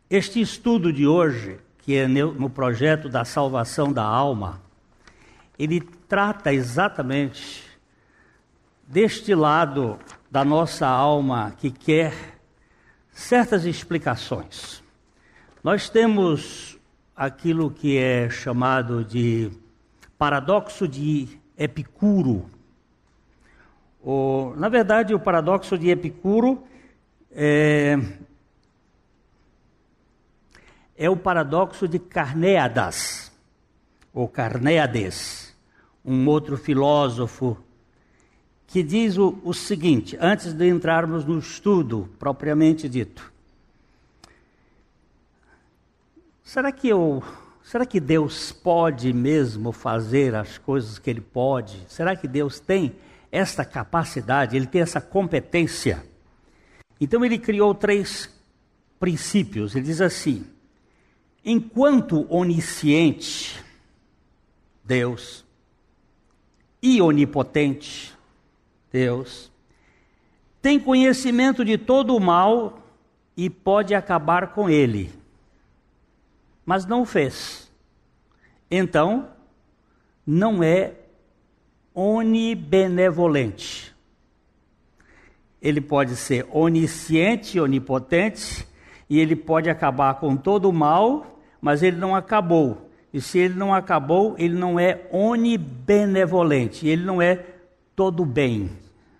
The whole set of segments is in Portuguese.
Este estudo de hoje, que é no projeto da salvação da alma, ele trata exatamente deste lado da nossa alma que quer certas explicações. Nós temos aquilo que é chamado de paradoxo de Epicuro. Na verdade, o paradoxo de Epicuro é o paradoxo de Carneades, ou Carneades, um outro filósofo, que diz o seguinte, antes de entrarmos no estudo propriamente dito. Será que Deus pode mesmo fazer as coisas que Ele pode? Será que Deus tem esta capacidade, Ele tem essa competência? Então ele criou 3 princípios. Ele diz assim: enquanto onisciente, Deus, e onipotente, Deus, tem conhecimento de todo o mal e pode acabar com ele, mas não o fez. Então, não é onibenevolente. Ele pode ser onisciente, onipotente, e ele pode acabar com todo o mal, mas ele não acabou. E se ele não acabou, ele não é onibenevolente, ele não é todo bem.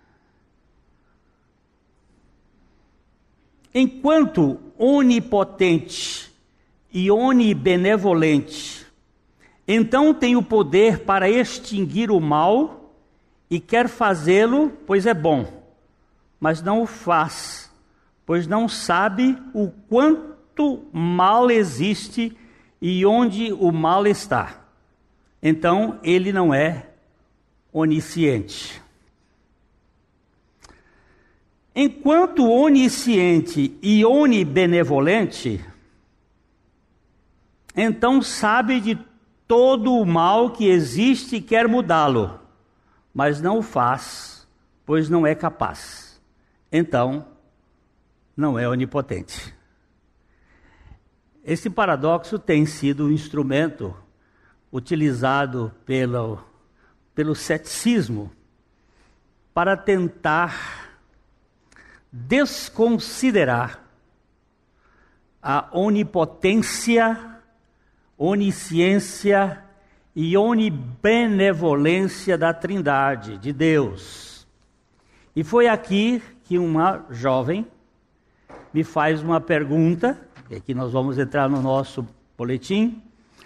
Enquanto onipotente e onibenevolente, então tem o poder para extinguir o mal e quer fazê-lo, pois é bom, mas não o faz, pois não sabe o quanto mal existe e onde o mal está. Então, ele não é onisciente. Enquanto onisciente e onibenevolente, então sabe de todo o mal que existe e quer mudá-lo, mas não o faz, pois não é capaz. Então, não é onipotente. Esse paradoxo tem sido um instrumento utilizado pelo ceticismo para tentar desconsiderar a onipotência, onisciência e onibenevolência da Trindade, de Deus. E foi aqui que uma jovem me faz uma pergunta, e aqui nós vamos entrar no nosso boletim.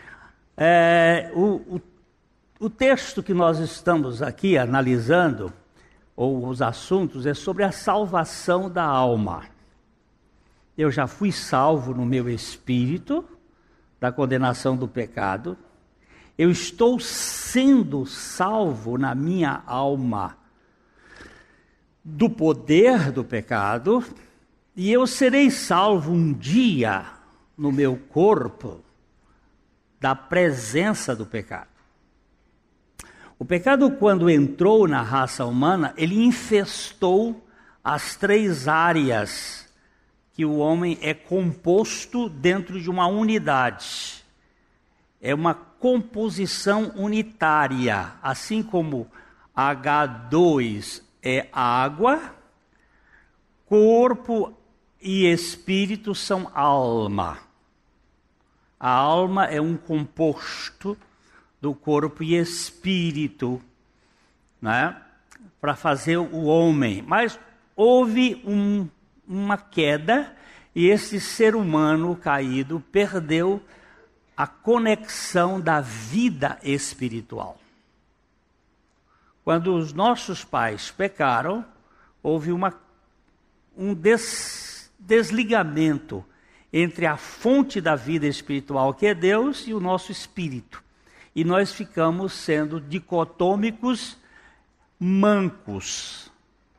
O texto que nós estamos aqui analisando, ou os assuntos, é sobre a salvação da alma. Eu já fui salvo no meu espírito da condenação do pecado. Eu estou sendo salvo na minha alma do poder do pecado, e eu serei salvo um dia no meu corpo da presença do pecado. O pecado, quando entrou na raça humana, ele infestou as 3 áreas que o homem é composto dentro de uma unidade. É uma composição unitária, assim como H2 é água, corpo e espírito são alma. A alma é um composto do corpo e espírito, né, para fazer o homem. Mas houve uma queda e esse ser humano caído perdeu a conexão da vida espiritual. Quando os nossos pais pecaram, houve um desligamento entre a fonte da vida espiritual, que é Deus, e o nosso espírito. E nós ficamos sendo dicotômicos, mancos,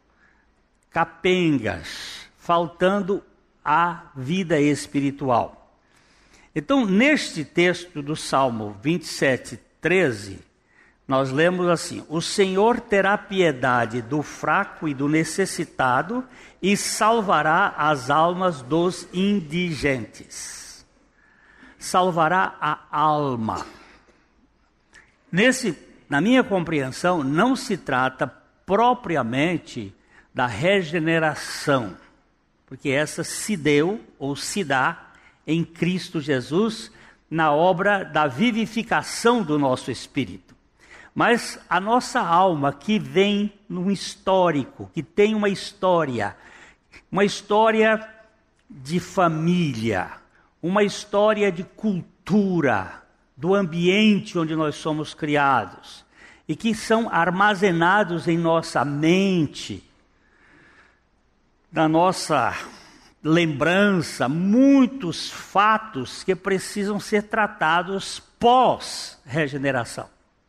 capengas, faltando a vida espiritual. Então, neste texto do Salmo 27, 13, nós lemos assim: o Senhor terá piedade do fraco e do necessitado e salvará as almas dos indigentes. Salvará a alma. Na minha compreensão, não se trata propriamente da regeneração, porque essa se deu ou se dá em Cristo Jesus na obra da vivificação do nosso espírito. Mas a nossa alma que vem num histórico, que tem uma história de família, uma história de cultura, do ambiente onde nós somos criados, e que são armazenados em nossa mente, na nossa lembrança, muitos fatos que precisam ser tratados pós-regeneração.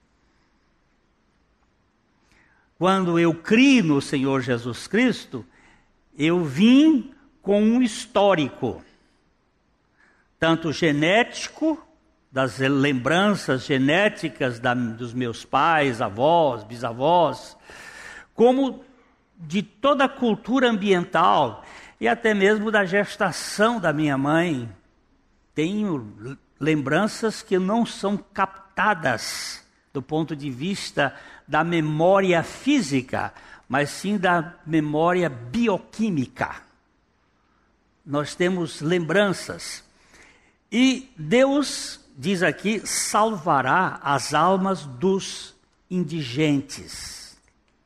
Quando eu criei no Senhor Jesus Cristo, eu vim com um histórico, tanto genético, das lembranças genéticas dos meus pais, avós, bisavós, como de toda a cultura ambiental e até mesmo da gestação da minha mãe. Tenho lembranças que não são captadas do ponto de vista da memória física, mas sim da memória bioquímica. Nós temos lembranças. E Deus, diz aqui, salvará as almas dos indigentes.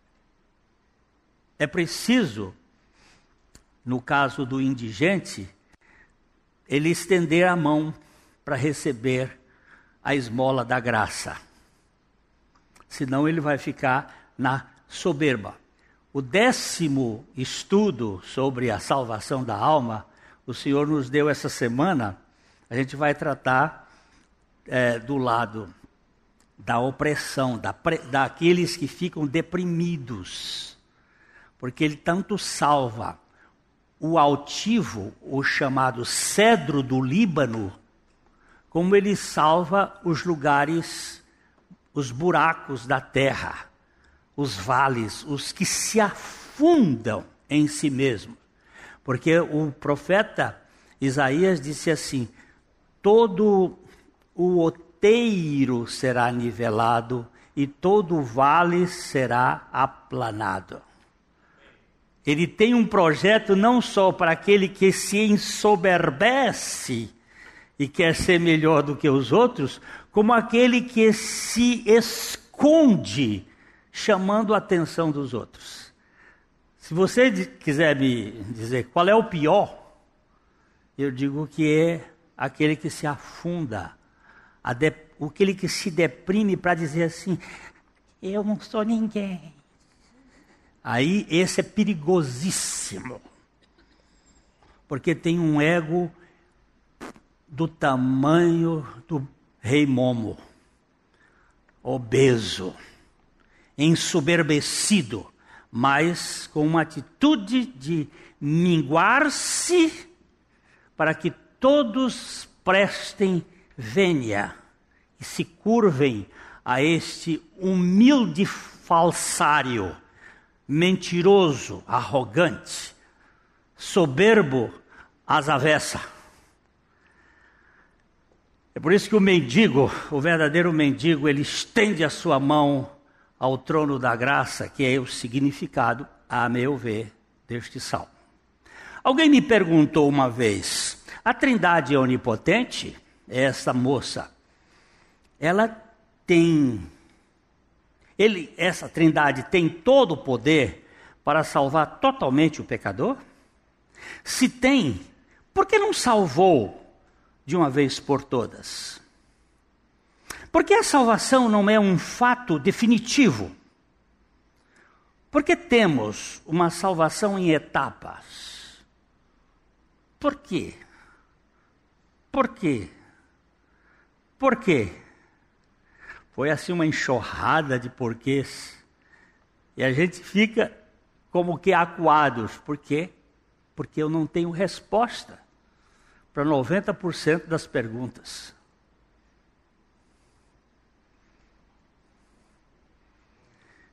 É preciso, no caso do indigente, ele estender a mão para receber a esmola da graça. Senão ele vai ficar na soberba. O 10º estudo sobre a salvação da alma, o Senhor nos deu essa semana. A gente vai tratar do lado da opressão, daqueles que ficam deprimidos. Porque ele tanto salva o altivo, o chamado cedro do Líbano, como ele salva os lugares, os buracos da terra, os vales, os que se afundam em si mesmos. Porque o profeta Isaías disse assim: todo o outeiro será nivelado e todo o vale será aplanado. Ele tem um projeto não só para aquele que se ensoberbece e quer ser melhor do que os outros, como aquele que se esconde chamando a atenção dos outros. Se você quiser me dizer qual é o pior, eu digo que é aquele que se afunda, aquele que se deprime para dizer assim: eu não sou ninguém. Aí esse é perigosíssimo, porque tem um ego do tamanho do rei Momo, obeso, ensoberbecido, mas com uma atitude de minguar-se para que todos prestem vênia e se curvem a este humilde falsário, mentiroso, arrogante, soberbo, às avessas. É por isso que o mendigo, o verdadeiro mendigo, ele estende a sua mão ao trono da graça, que é o significado, a meu ver, deste salmo. Alguém me perguntou uma vez: a Trindade é onipotente? Essa moça, essa Trindade tem todo o poder para salvar totalmente o pecador? Se tem, por que não salvou de uma vez por todas? Porque a salvação não é um fato definitivo. Porque temos uma salvação em etapas. Por quê? Por quê? Por quê? Foi assim uma enxurrada de porquês. E a gente fica como que acuados. Por quê? Porque eu não tenho resposta para 90% das perguntas.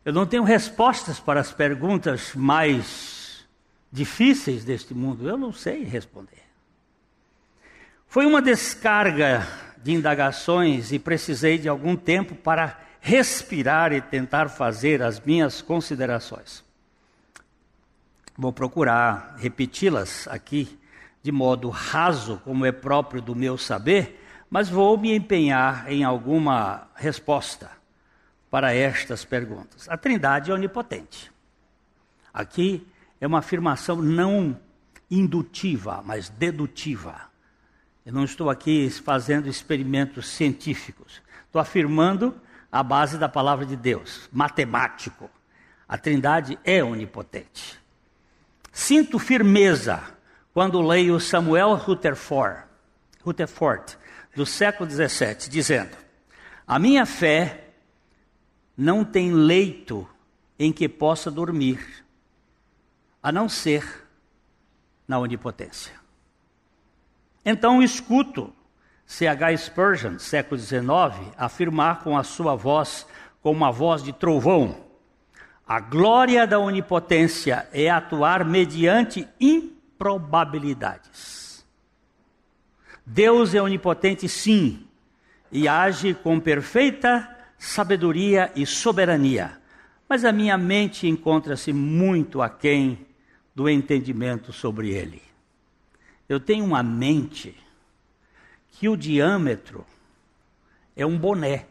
Eu não tenho respostas para as perguntas mais difíceis deste mundo. Eu não sei responder. Foi uma descarga de indagações e precisei de algum tempo para respirar e tentar fazer as minhas considerações. Vou procurar repeti-las aqui de modo raso, como é próprio do meu saber, mas vou me empenhar em alguma resposta para estas perguntas. A Trindade é onipotente. Aqui é uma afirmação não indutiva, mas dedutiva. Eu não estou aqui fazendo experimentos científicos. Estou afirmando a base da palavra de Deus, matemático. A Trindade é onipotente. Sinto firmeza quando leio Samuel Rutherford, do século XVII, dizendo: a minha fé não tem leito em que possa dormir, a não ser na onipotência. Então escuto C.H. Spurgeon, século XIX, afirmar com a sua voz, com uma voz de trovão: a glória da onipotência é atuar mediante improbabilidades. Deus é onipotente, sim, e age com perfeita sabedoria e soberania, mas a minha mente encontra-se muito aquém do entendimento sobre ele. Eu tenho uma mente que o diâmetro é um boné.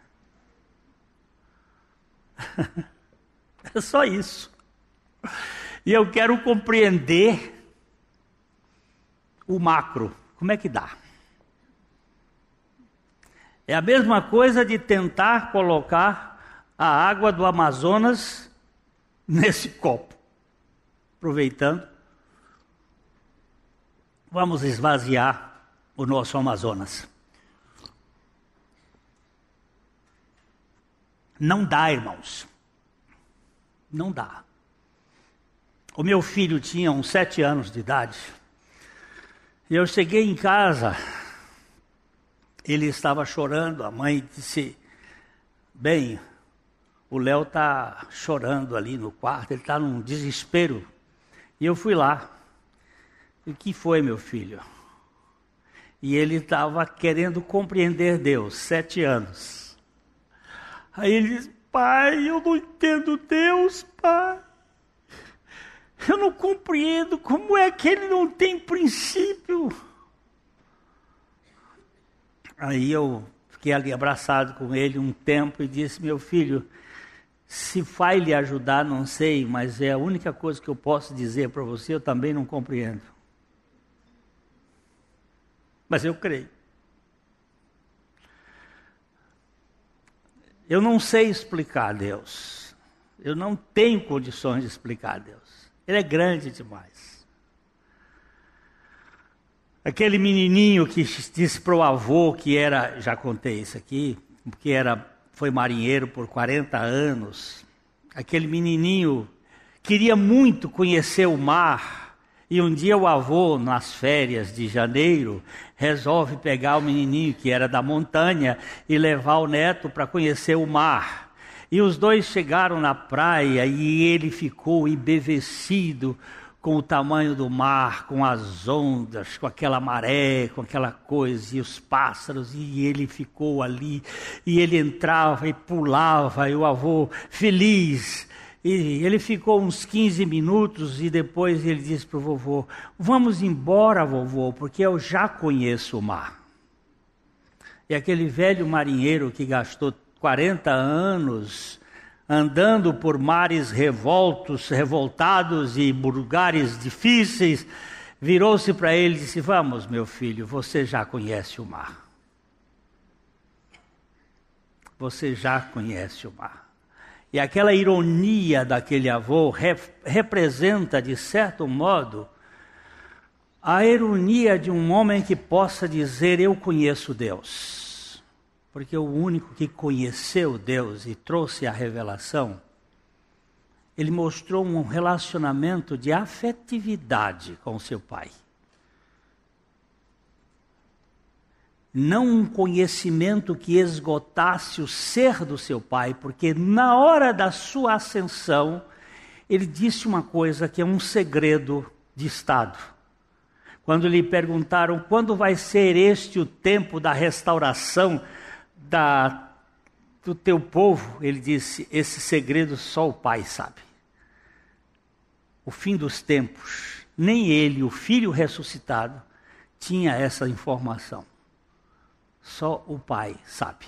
É só isso. E eu quero compreender o macro. Como é que dá? É a mesma coisa de tentar colocar a água do Amazonas nesse copo. Aproveitando, vamos esvaziar o nosso Amazonas. Não dá, irmãos. Não dá. O meu filho tinha uns 7 anos de idade. E eu cheguei em casa, ele estava chorando, a mãe disse: bem, o Léo está chorando ali no quarto, ele está num desespero. E eu fui lá. E o que foi, meu filho? E ele estava querendo compreender Deus, 7 anos. Aí ele disse: pai, eu não entendo Deus, pai. Eu não compreendo como é que ele não tem princípio. Aí eu fiquei ali abraçado com ele um tempo e disse: meu filho, se vai lhe ajudar, não sei, mas é a única coisa que eu posso dizer para você, eu também não compreendo. Mas eu creio. Eu não sei explicar Deus. Eu não tenho condições de explicar Deus. Ele é grande demais. Aquele menininho que disse para o avô que era, já contei isso aqui, que foi marinheiro por 40 anos. Aquele menininho queria muito conhecer o mar. E um dia o avô, nas férias de janeiro, resolve pegar o menininho que era da montanha e levar o neto para conhecer o mar. E os dois chegaram na praia e ele ficou embevecido com o tamanho do mar, com as ondas, com aquela maré, com aquela coisa, e os pássaros, e ele ficou ali, e ele entrava e pulava, e o avô feliz. E ele ficou uns 15 minutos e depois ele disse para o vovô: vamos embora, vovô, porque eu já conheço o mar. E aquele velho marinheiro que gastou 40 anos andando por mares revoltados e lugares difíceis, virou-se para ele e disse: vamos, meu filho, você já conhece o mar. Você já conhece o mar. E aquela ironia daquele avô representa, de certo modo, a ironia de um homem que possa dizer: eu conheço Deus. Porque o único que conheceu Deus e trouxe a revelação, ele mostrou um relacionamento de afetividade com seu pai. não um conhecimento que esgotasse o ser do seu pai, porque na hora da sua ascensão, ele disse uma coisa que é um segredo de Estado. Quando lhe perguntaram quando vai ser este o tempo da restauração do teu povo, ele disse, esse segredo só o Pai sabe. O fim dos tempos, nem ele, o Filho ressuscitado, tinha essa informação. Só o Pai sabe.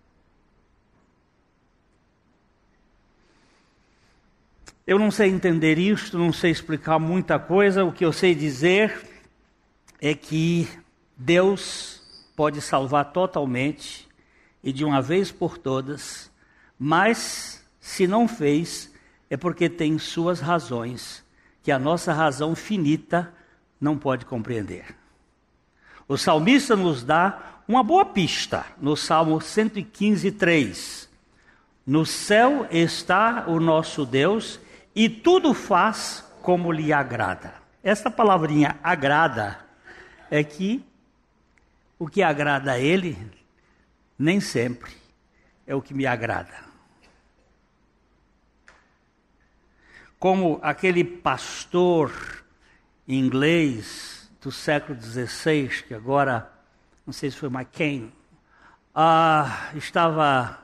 Eu não sei entender isto, não sei explicar muita coisa. O que eu sei dizer é que Deus pode salvar totalmente e de uma vez por todas, mas se não fez, é porque tem suas razões, que a nossa razão finita não pode compreender. O salmista nos dá uma boa pista no Salmo 115:3. No céu está o nosso Deus e tudo faz como lhe agrada. Essa palavrinha agrada é que o que agrada a ele nem sempre é o que me agrada. Como aquele pastor inglês do século XVI, que agora, não sei se foi McCain, estava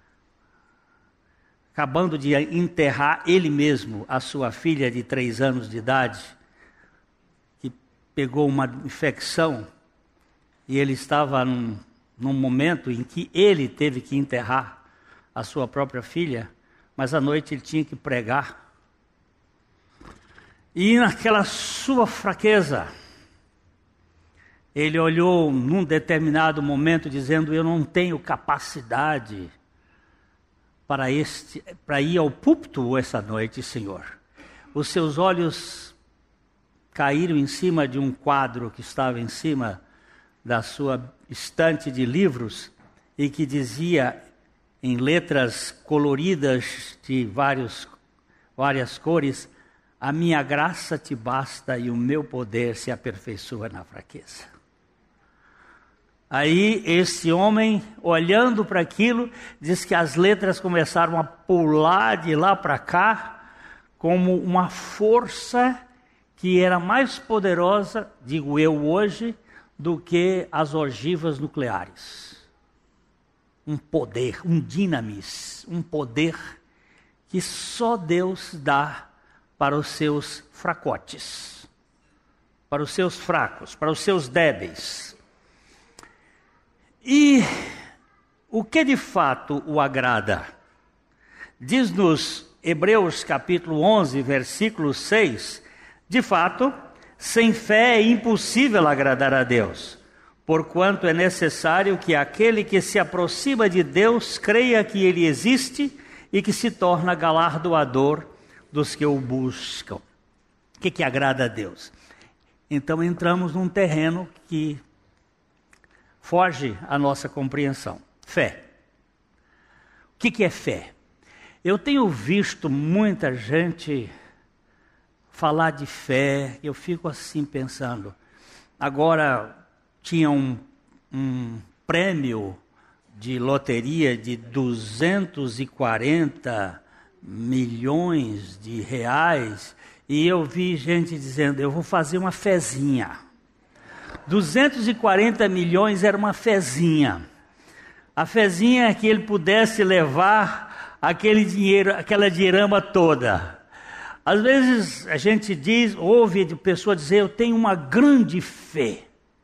acabando de enterrar ele mesmo a sua filha de 3 anos de idade, que pegou uma infecção, e ele estava num momento em que ele teve que enterrar a sua própria filha, mas à noite ele tinha que pregar. E naquela sua fraqueza, ele olhou num determinado momento dizendo, eu não tenho capacidade para ir ao púlpito essa noite, Senhor. Os seus olhos caíram em cima de um quadro que estava em cima da sua estante de livros e que dizia em letras coloridas de várias cores, a minha graça te basta e o meu poder se aperfeiçoa na fraqueza. Aí esse homem, olhando para aquilo, diz que as letras começaram a pular de lá para cá, como uma força que era mais poderosa, digo eu hoje, do que as ogivas nucleares. Um poder, um dinamis, um poder que só Deus dá para os seus fracotes, para os seus fracos, para os seus débeis. E o que de fato o agrada? Diz-nos Hebreus capítulo 11, versículo 6, de fato, sem fé é impossível agradar a Deus, porquanto é necessário que aquele que se aproxima de Deus creia que Ele existe e que se torna galardoador dos que o buscam. O que agrada a Deus? Então entramos num terreno que foge à nossa compreensão. Fé. O que é fé? Eu tenho visto muita gente falar de fé, eu fico assim pensando. Agora tinha um prêmio de loteria de 240 milhões de reais, e eu vi gente dizendo, eu vou fazer uma fezinha. 240 milhões era uma fezinha. A fezinha é que ele pudesse levar aquele dinheiro, aquela dinheirama toda. Às vezes a gente ouve de pessoa dizer, eu tenho uma grande fé.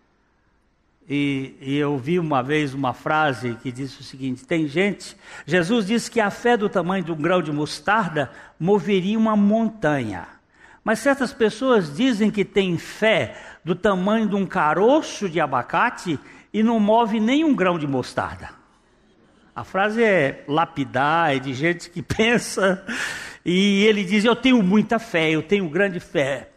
E eu vi uma vez uma frase que disse o seguinte, Jesus disse que a fé do tamanho de um grão de mostarda moveria uma montanha. Mas certas pessoas dizem que têm fé do tamanho de um caroço de abacate e não move nem um grão de mostarda. A frase é lapidar, é de gente que pensa, e ele diz, eu tenho muita fé, eu tenho grande fé.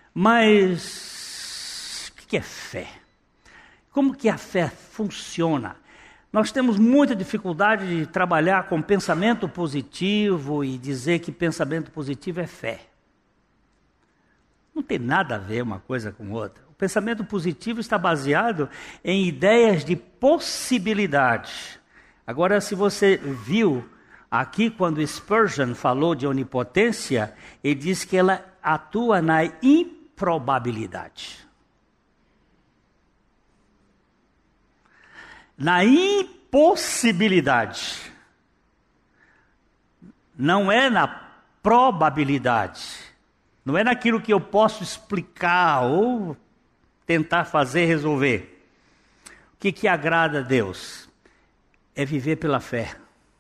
Mas o que é fé? Como que a fé funciona? Nós temos muita dificuldade de trabalhar com pensamento positivo e dizer que pensamento positivo é fé. Não tem nada a ver uma coisa com outra. pensamento positivo está baseado em ideias de possibilidade. Agora, se você viu aqui, quando Spurgeon falou de onipotência, ele diz que ela atua na improbabilidade. Na impossibilidade. Não é na probabilidade. Não é naquilo que eu posso explicar ou tentar fazer, resolver. O que agrada a Deus? É viver pela fé.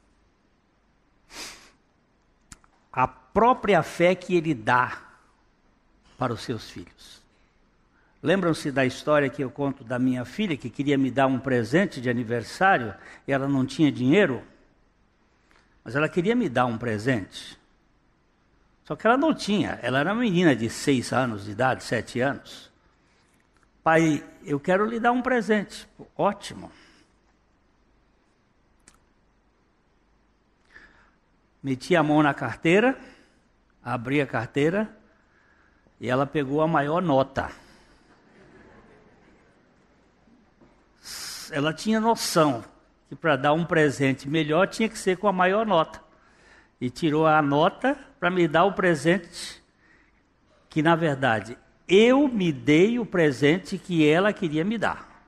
A própria fé que Ele dá para os seus filhos. Lembram-se da história que eu conto da minha filha, que queria me dar um presente de aniversário, e ela não tinha dinheiro, mas ela queria me dar um presente. Só que ela não tinha, ela era uma menina de 6 anos de idade, 7 anos. Pai, eu quero lhe dar um presente. Ótimo. Meti a mão na carteira, abri a carteira, e ela pegou a maior nota. Ela tinha noção que para dar um presente melhor tinha que ser com a maior nota. E tirou a nota para me dar o presente que, na verdade, eu me dei o presente que ela queria me dar.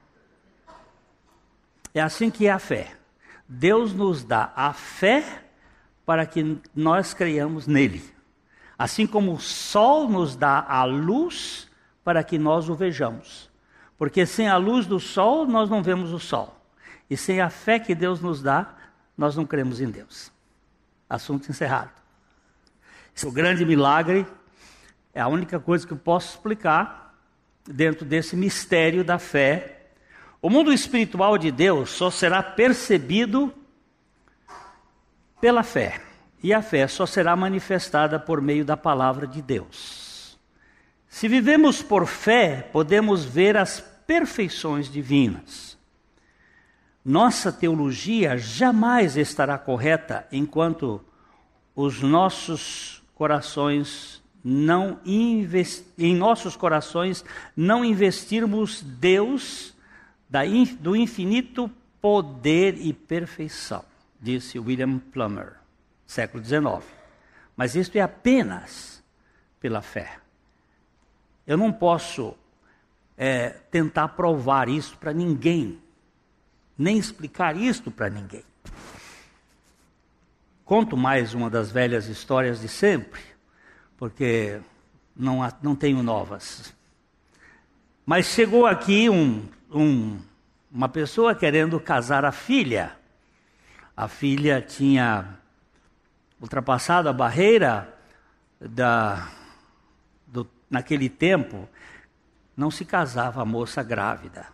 É assim que é a fé. Deus nos dá a fé para que nós creiamos nele. Assim como o sol nos dá a luz para que nós o vejamos. Porque sem a luz do sol, nós não vemos o sol. E sem a fé que Deus nos dá, nós não cremos em Deus. Assunto encerrado. Esse é o grande milagre, é a única coisa que eu posso explicar dentro desse mistério da fé. O mundo espiritual de Deus só será percebido pela fé. E a fé só será manifestada por meio da palavra de Deus. Se vivemos por fé, podemos ver as perfeições divinas. Nossa teologia jamais estará correta enquanto os nossos corações em nossos corações não investirmos Deus do infinito poder e perfeição, disse William Plummer, século XIX. Mas isto é apenas pela fé. Eu não posso tentar provar isso para ninguém, nem explicar isto para ninguém. Conto mais uma das velhas histórias de sempre, porque não tenho novas. Mas chegou aqui uma pessoa querendo casar a filha. A filha tinha ultrapassado a barreira naquele tempo, não se casava a moça grávida.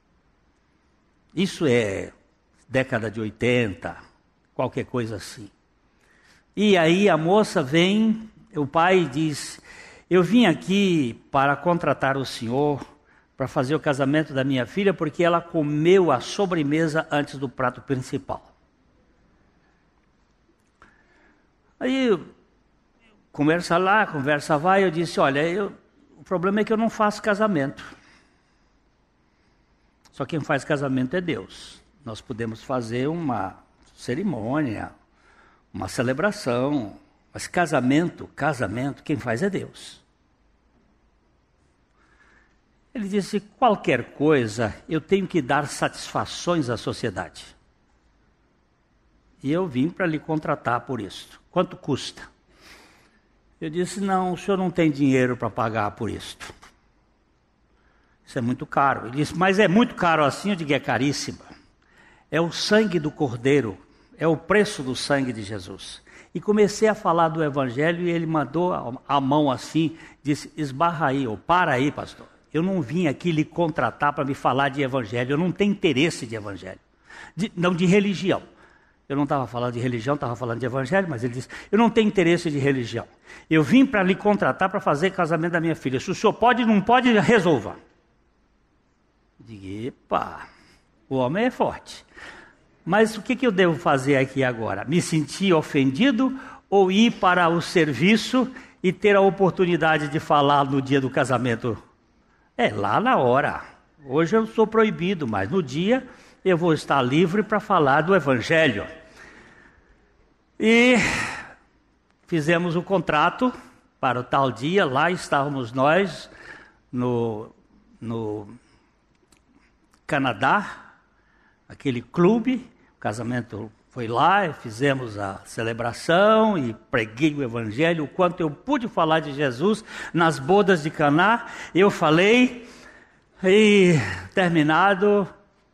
Isso é década de 80, qualquer coisa assim. E aí a moça vem, o pai diz: eu vim aqui para contratar o senhor para fazer o casamento da minha filha, porque ela comeu a sobremesa antes do prato principal. Aí, conversa lá, conversa vai, eu disse: olha, o problema é que eu não faço casamento. Só quem faz casamento é Deus. Nós podemos fazer uma cerimônia, uma celebração, mas casamento, quem faz é Deus. Ele disse: qualquer coisa, eu tenho que dar satisfações à sociedade. E eu vim para lhe contratar por isso. Quanto custa? Eu disse: não, o senhor não tem dinheiro para pagar por isto. Isso é muito caro. Ele disse: mas é muito caro assim? Eu digo: é caríssimo. É o sangue do Cordeiro, é o preço do sangue de Jesus. E comecei a falar do Evangelho e ele mandou a mão assim, disse: esbarra aí, ou para aí, pastor. Eu não vim aqui lhe contratar para me falar de Evangelho, eu não tenho interesse de Evangelho, não de religião. Eu não estava falando de religião, estava falando de Evangelho, mas ele disse: eu não tenho interesse de religião. Eu vim para lhe contratar para fazer casamento da minha filha. Se o senhor pode, não pode, resolva. Eu digo: epa, o homem é forte. Mas o que eu devo fazer aqui agora? Me sentir ofendido ou ir para o serviço e ter a oportunidade de falar no dia do casamento É lá na hora. Hoje eu sou proibido, mas no dia eu vou estar livre para falar do Evangelho. E fizemos o contrato para o tal dia. Lá estávamos nós no Canadá, aquele clube. O casamento foi lá, fizemos a celebração e preguei o Evangelho. O quanto eu pude falar de Jesus nas bodas de Caná, eu falei. E terminado,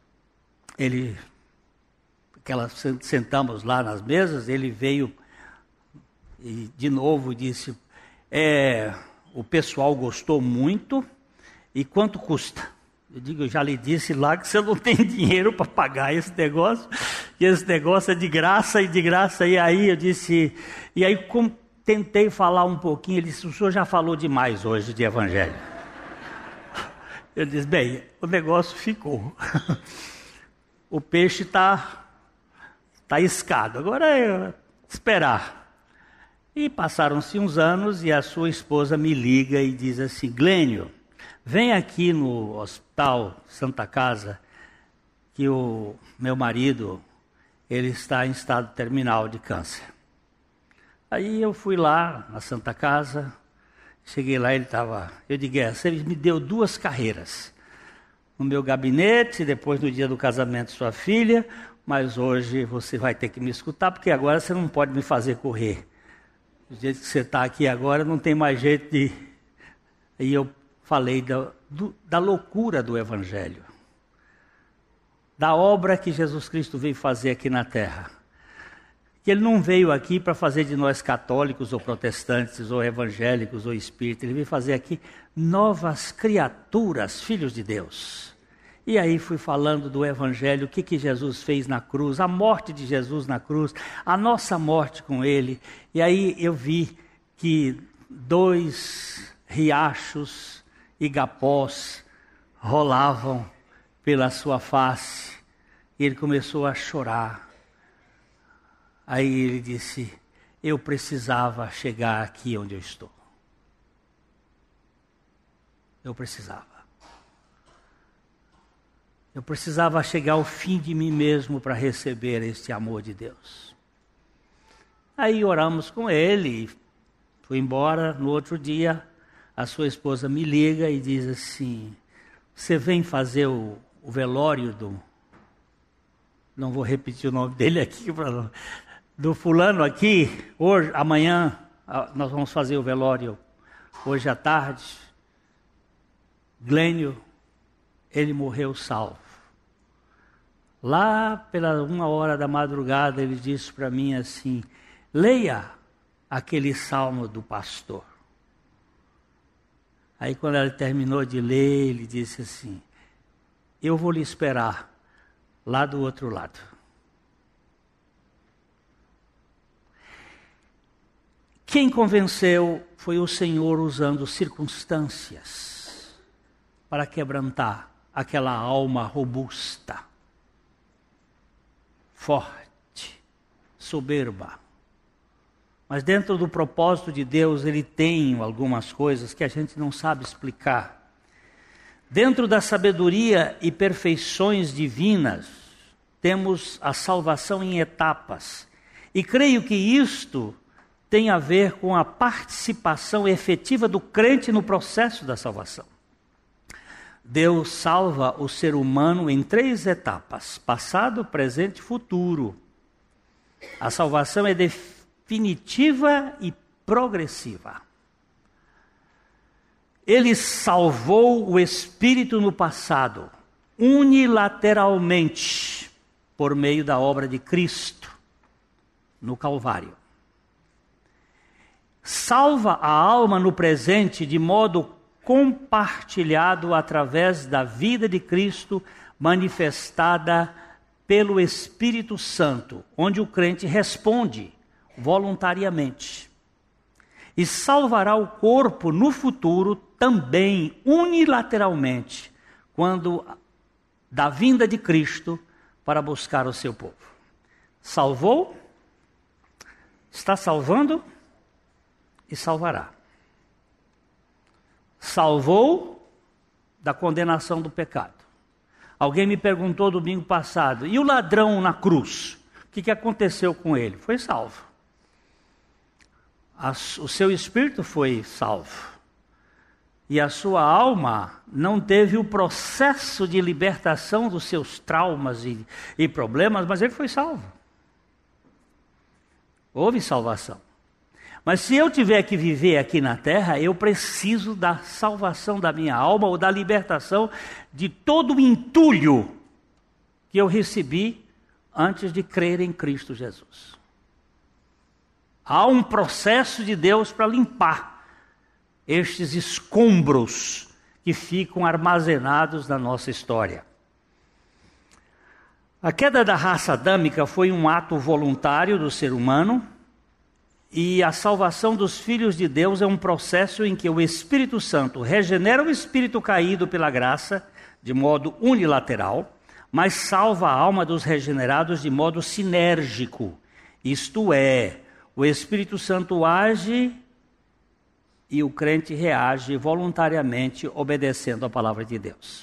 sentamos lá nas mesas, ele veio e de novo disse, o pessoal gostou muito, e quanto custa? Eu digo, eu já lhe disse lá que você não tem dinheiro para pagar esse negócio, e esse negócio é de graça, e aí eu disse, e aí tentei falar um pouquinho, ele disse, o senhor já falou demais hoje de Evangelho. Eu disse, bem, o negócio ficou. O peixe está escado. Agora é esperar. E passaram-se uns anos e a sua esposa me liga e diz assim, Glênio, vem aqui no Hospital Santa Casa, que o meu marido, ele está em estado terminal de câncer. Aí eu fui lá na Santa Casa. Cheguei lá, ele estava... Eu digo, você me deu 2 carreiras. No meu gabinete, depois no dia do casamento de sua filha, mas hoje você vai ter que me escutar, porque agora você não pode me fazer correr. Do jeito que você está aqui agora, não tem mais jeito de... E eu falei da loucura do Evangelho. Da obra que Jesus Cristo veio fazer aqui na terra. Que ele não veio aqui para fazer de nós católicos ou protestantes ou evangélicos ou espíritas. Ele veio fazer aqui novas criaturas, filhos de Deus. E aí fui falando do Evangelho, o que Jesus fez na cruz, a morte de Jesus na cruz, a nossa morte com ele. E aí eu vi que 2 riachos igapós rolavam pela sua face. E ele começou a chorar. Aí ele disse, eu precisava chegar aqui onde eu estou. Eu precisava. Eu precisava chegar ao fim de mim mesmo para receber este amor de Deus. Aí oramos com ele, fui embora. No outro dia, a sua esposa me liga e diz assim, você vem fazer o velório do... Não vou repetir o nome dele aqui para... Do fulano aqui, hoje, amanhã, nós vamos fazer o velório, hoje à tarde. Glênio, ele morreu salvo. Lá pela 1h da madrugada, ele disse para mim assim, leia aquele salmo do pastor. Aí quando ela terminou de ler, ele disse assim, eu vou lhe esperar lá do outro lado. Quem convenceu foi o Senhor usando circunstâncias para quebrantar aquela alma robusta, forte, soberba. Mas dentro do propósito de Deus, Ele tem algumas coisas que a gente não sabe explicar. Dentro da sabedoria e perfeições divinas, temos a salvação em etapas. E creio que isto tem a ver com a participação efetiva do crente no processo da salvação. Deus salva o ser humano em 3 etapas, passado, presente e futuro. A salvação é definitiva e progressiva. Ele salvou o espírito no passado, unilateralmente, por meio da obra de Cristo, no Calvário. Salva a alma no presente de modo compartilhado através da vida de Cristo manifestada pelo Espírito Santo, onde o crente responde voluntariamente. E salvará o corpo no futuro também unilateralmente, quando da vinda de Cristo para buscar o seu povo. Salvou, está salvando e salvará. Salvou da condenação do pecado. Alguém me perguntou domingo passado, e o ladrão na cruz? O que aconteceu com ele? Foi salvo. O seu espírito foi salvo. E a sua alma não teve o processo de libertação dos seus traumas e problemas, mas ele foi salvo. Houve salvação. Mas se eu tiver que viver aqui na terra, eu preciso da salvação da minha alma ou da libertação de todo o entulho que eu recebi antes de crer em Cristo Jesus. Há um processo de Deus para limpar estes escombros que ficam armazenados na nossa história. A queda da raça adâmica foi um ato voluntário do ser humano, e a salvação dos filhos de Deus é um processo em que o Espírito Santo regenera o espírito caído pela graça de modo unilateral, mas salva a alma dos regenerados de modo sinérgico. Isto é, o Espírito Santo age e o crente reage voluntariamente obedecendo a palavra de Deus.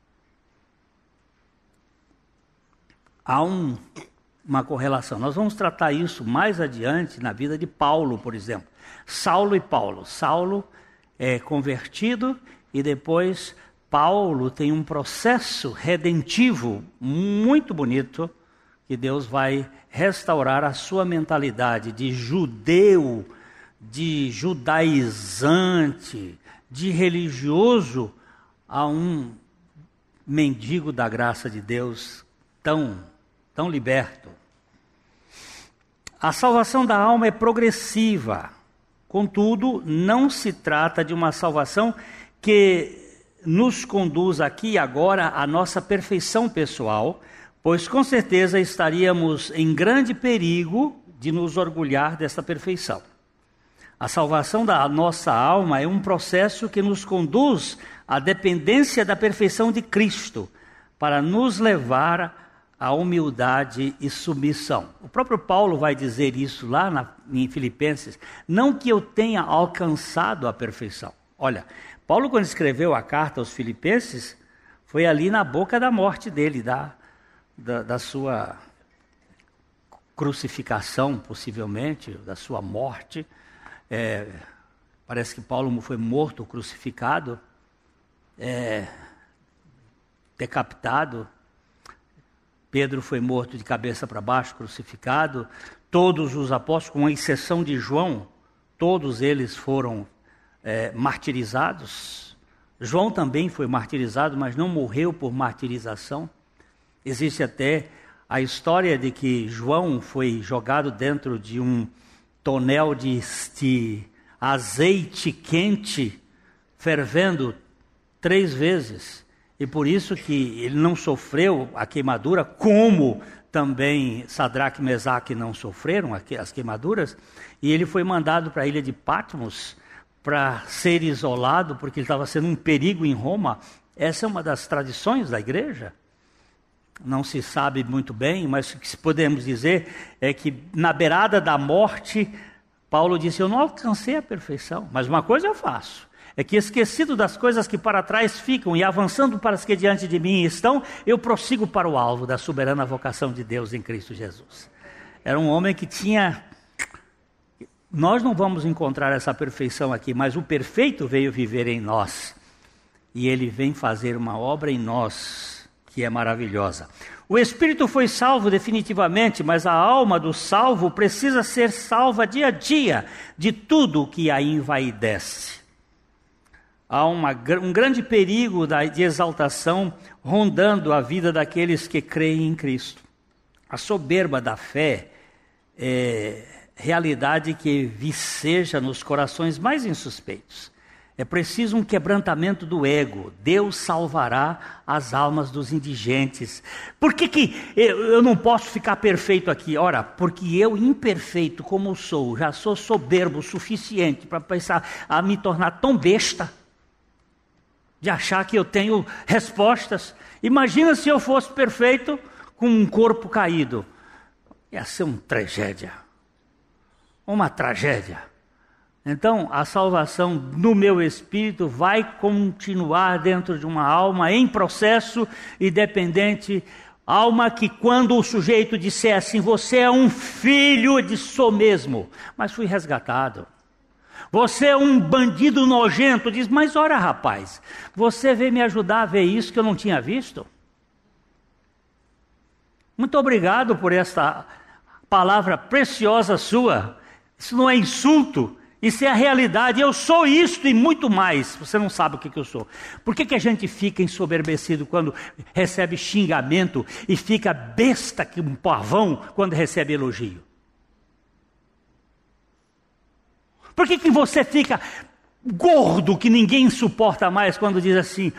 Há uma correlação. Nós vamos tratar isso mais adiante na vida de Paulo, por exemplo. Saulo e Paulo. Saulo é convertido e depois Paulo tem um processo redentivo muito bonito que Deus vai restaurar a sua mentalidade de judeu, de judaizante, de religioso, a um mendigo da graça de Deus tão liberto. A salvação da alma é progressiva, contudo, não se trata de uma salvação que nos conduz aqui e agora à nossa perfeição pessoal, pois com certeza estaríamos em grande perigo de nos orgulhar dessa perfeição. A salvação da nossa alma é um processo que nos conduz à dependência da perfeição de Cristo, para nos levar à humildade e submissão. O próprio Paulo vai dizer isso lá em Filipenses, não que eu tenha alcançado a perfeição. Olha, Paulo, quando escreveu a carta aos Filipenses, foi ali na boca da morte dele, da sua crucificação, possivelmente, da sua morte. Parece que Paulo foi morto, crucificado, decapitado. Pedro foi morto de cabeça para baixo, crucificado. Todos os apóstolos, com exceção de João, todos eles foram martirizados. João também foi martirizado, mas não morreu por martirização. Existe até a história de que João foi jogado dentro de um tonel de azeite quente, fervendo 3 vezes. E por isso que ele não sofreu a queimadura, como também Sadraque e Mesaque não sofreram as queimaduras. E ele foi mandado para a ilha de Patmos para ser isolado, porque ele estava sendo um perigo em Roma. Essa é uma das tradições da igreja. Não se sabe muito bem, mas o que podemos dizer é que na beirada da morte, Paulo disse, eu não alcancei a perfeição, mas uma coisa eu faço. É que esquecido das coisas que para trás ficam e avançando para as que diante de mim estão, eu prossigo para o alvo da soberana vocação de Deus em Cristo Jesus. Era um homem que tinha... Nós não vamos encontrar essa perfeição aqui, mas o perfeito veio viver em nós. E ele vem fazer uma obra em nós que é maravilhosa. O espírito foi salvo definitivamente, mas a alma do salvo precisa ser salva dia a dia de tudo que a envaidece. Há um grande perigo de exaltação rondando a vida daqueles que creem em Cristo. A soberba da fé é realidade que viceja nos corações mais insuspeitos. É preciso um quebrantamento do ego. Deus salvará as almas dos indigentes. Por que eu não posso ficar perfeito aqui? Ora, porque eu, imperfeito como sou, já sou soberbo o suficiente para pensar a me tornar tão besta, de achar que eu tenho respostas. Imagina se eu fosse perfeito com um corpo caído. Ia ser uma tragédia. Então, a salvação no meu espírito vai continuar dentro de uma alma em processo e dependente. Alma que quando o sujeito disser assim, você é um filho de sou mesmo, mas fui resgatado. Você é um bandido nojento, diz, mas ora rapaz, você veio me ajudar a ver isso que eu não tinha visto? Muito obrigado por esta palavra preciosa sua. Isso não é insulto, isso é a realidade. Eu sou isto e muito mais. Você não sabe o que eu sou. Por que a gente fica ensoberbecido quando recebe xingamento e fica besta que um pavão quando recebe elogio? Por que você fica gordo que ninguém suporta mais quando diz assim,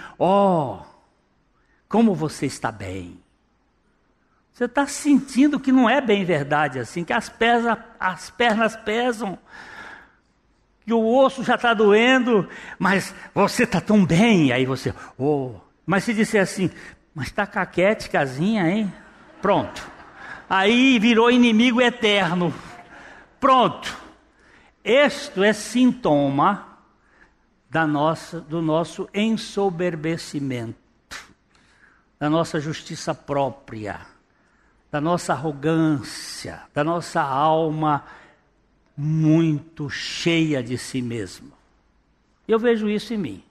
como você está bem? Você está sentindo que não é bem verdade assim, que as pernas pesam, que o osso já está doendo, mas você está tão bem. Aí você, mas se disser assim, mas está caquete, casinha, hein? Pronto. Aí virou inimigo eterno. Pronto. Isto é sintoma do nosso ensoberbecimento, da nossa justiça própria, da nossa arrogância, da nossa alma muito cheia de si mesmo. Eu vejo isso em mim.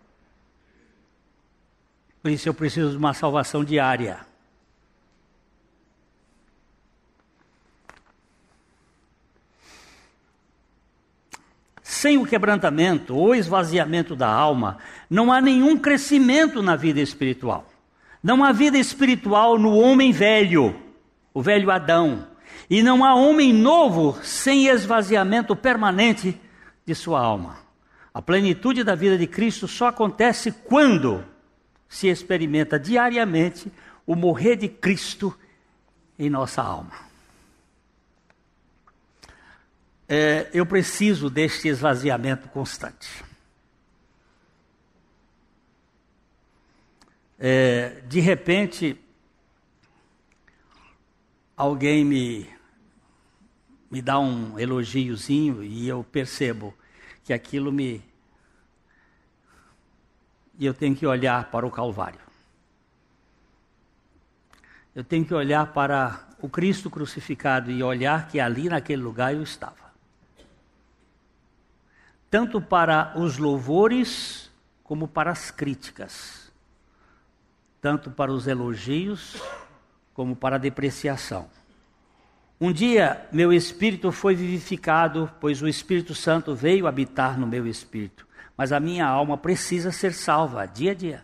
Por isso eu preciso de uma salvação diária. Sem o quebrantamento ou esvaziamento da alma, não há nenhum crescimento na vida espiritual. Não há vida espiritual no homem velho, o velho Adão. E não há homem novo sem esvaziamento permanente de sua alma. A plenitude da vida de Cristo só acontece quando se experimenta diariamente o morrer de Cristo em nossa alma. Eu preciso deste esvaziamento constante. De repente, alguém me dá um elogiozinho e eu percebo que aquilo e eu tenho que olhar para o Calvário. Eu tenho que olhar para o Cristo crucificado e olhar que ali naquele lugar eu estava. Tanto para os louvores como para as críticas. Tanto para os elogios como para a depreciação. Um dia meu espírito foi vivificado, pois o Espírito Santo veio habitar no meu espírito. Mas a minha alma precisa ser salva dia a dia.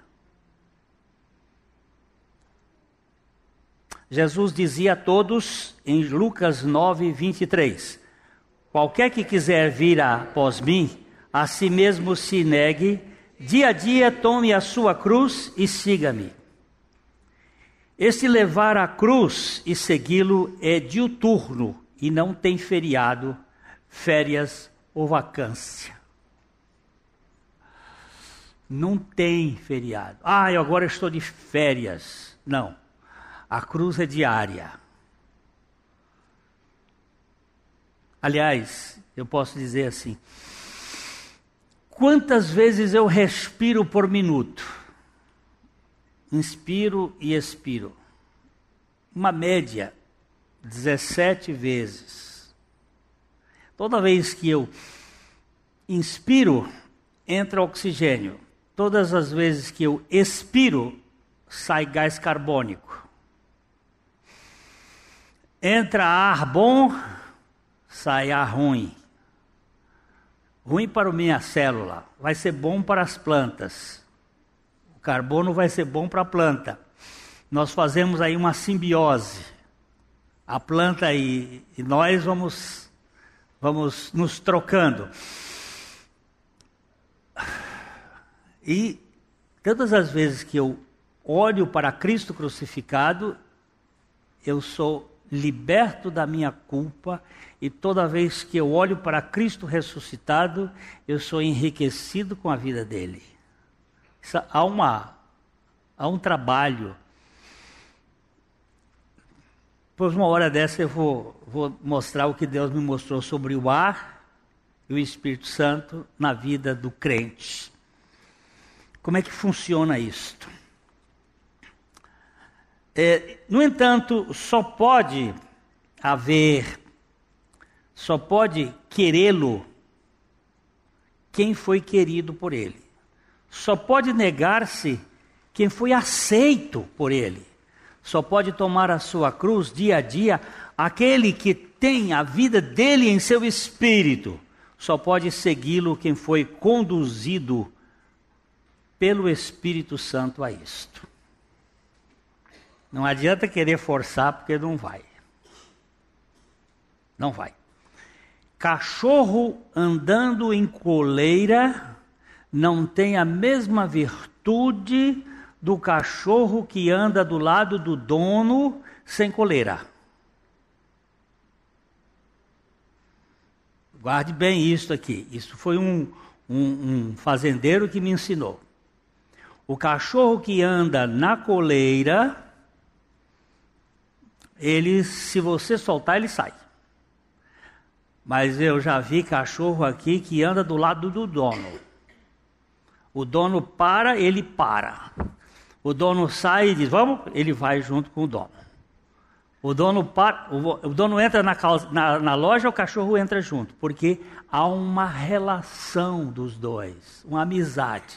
Jesus dizia a todos em Lucas 9:23, qualquer que quiser vir após mim, a si mesmo se negue, dia a dia tome a sua cruz e siga-me. Esse levar a cruz e segui-lo é diuturno e não tem feriado, férias ou vacância. Não tem feriado. Eu agora estou de férias. Não. A cruz é diária. Aliás, eu posso dizer assim, quantas vezes eu respiro por minuto? Inspiro e expiro. Uma média, 17 vezes. Toda vez que eu inspiro, entra oxigênio. Todas as vezes que eu expiro, sai gás carbônico. Entra ar bom, sai ar ruim. Ruim para a minha célula, vai ser bom para as plantas. O carbono vai ser bom para a planta. Nós fazemos aí uma simbiose. A planta e nós vamos nos trocando. E todas as vezes que eu olho para Cristo crucificado, eu sou liberto da minha culpa, e toda vez que eu olho para Cristo ressuscitado, eu sou enriquecido com a vida dele. Há um trabalho. Depois, uma hora dessa, eu vou mostrar o que Deus me mostrou sobre o ar e o Espírito Santo na vida do crente. Como é que funciona isto? No entanto, só pode querê-lo quem foi querido por ele. Só pode negar-se quem foi aceito por ele. Só pode tomar a sua cruz dia a dia aquele que tem a vida dele em seu espírito. Só pode segui-lo quem foi conduzido pelo Espírito Santo a isto. Não adianta querer forçar, porque não vai. Não vai. Cachorro andando em coleira não tem a mesma virtude do cachorro que anda do lado do dono sem coleira. Guarde bem isso aqui. Isso foi um fazendeiro que me ensinou. O cachorro que anda na coleira, se você soltar, ele sai. Mas eu já vi cachorro aqui que anda do lado do dono. O dono para, ele para. O dono sai e diz, vamos, ele vai junto com o dono. O dono entra na loja, o cachorro entra junto. Porque há uma relação dos dois, uma amizade.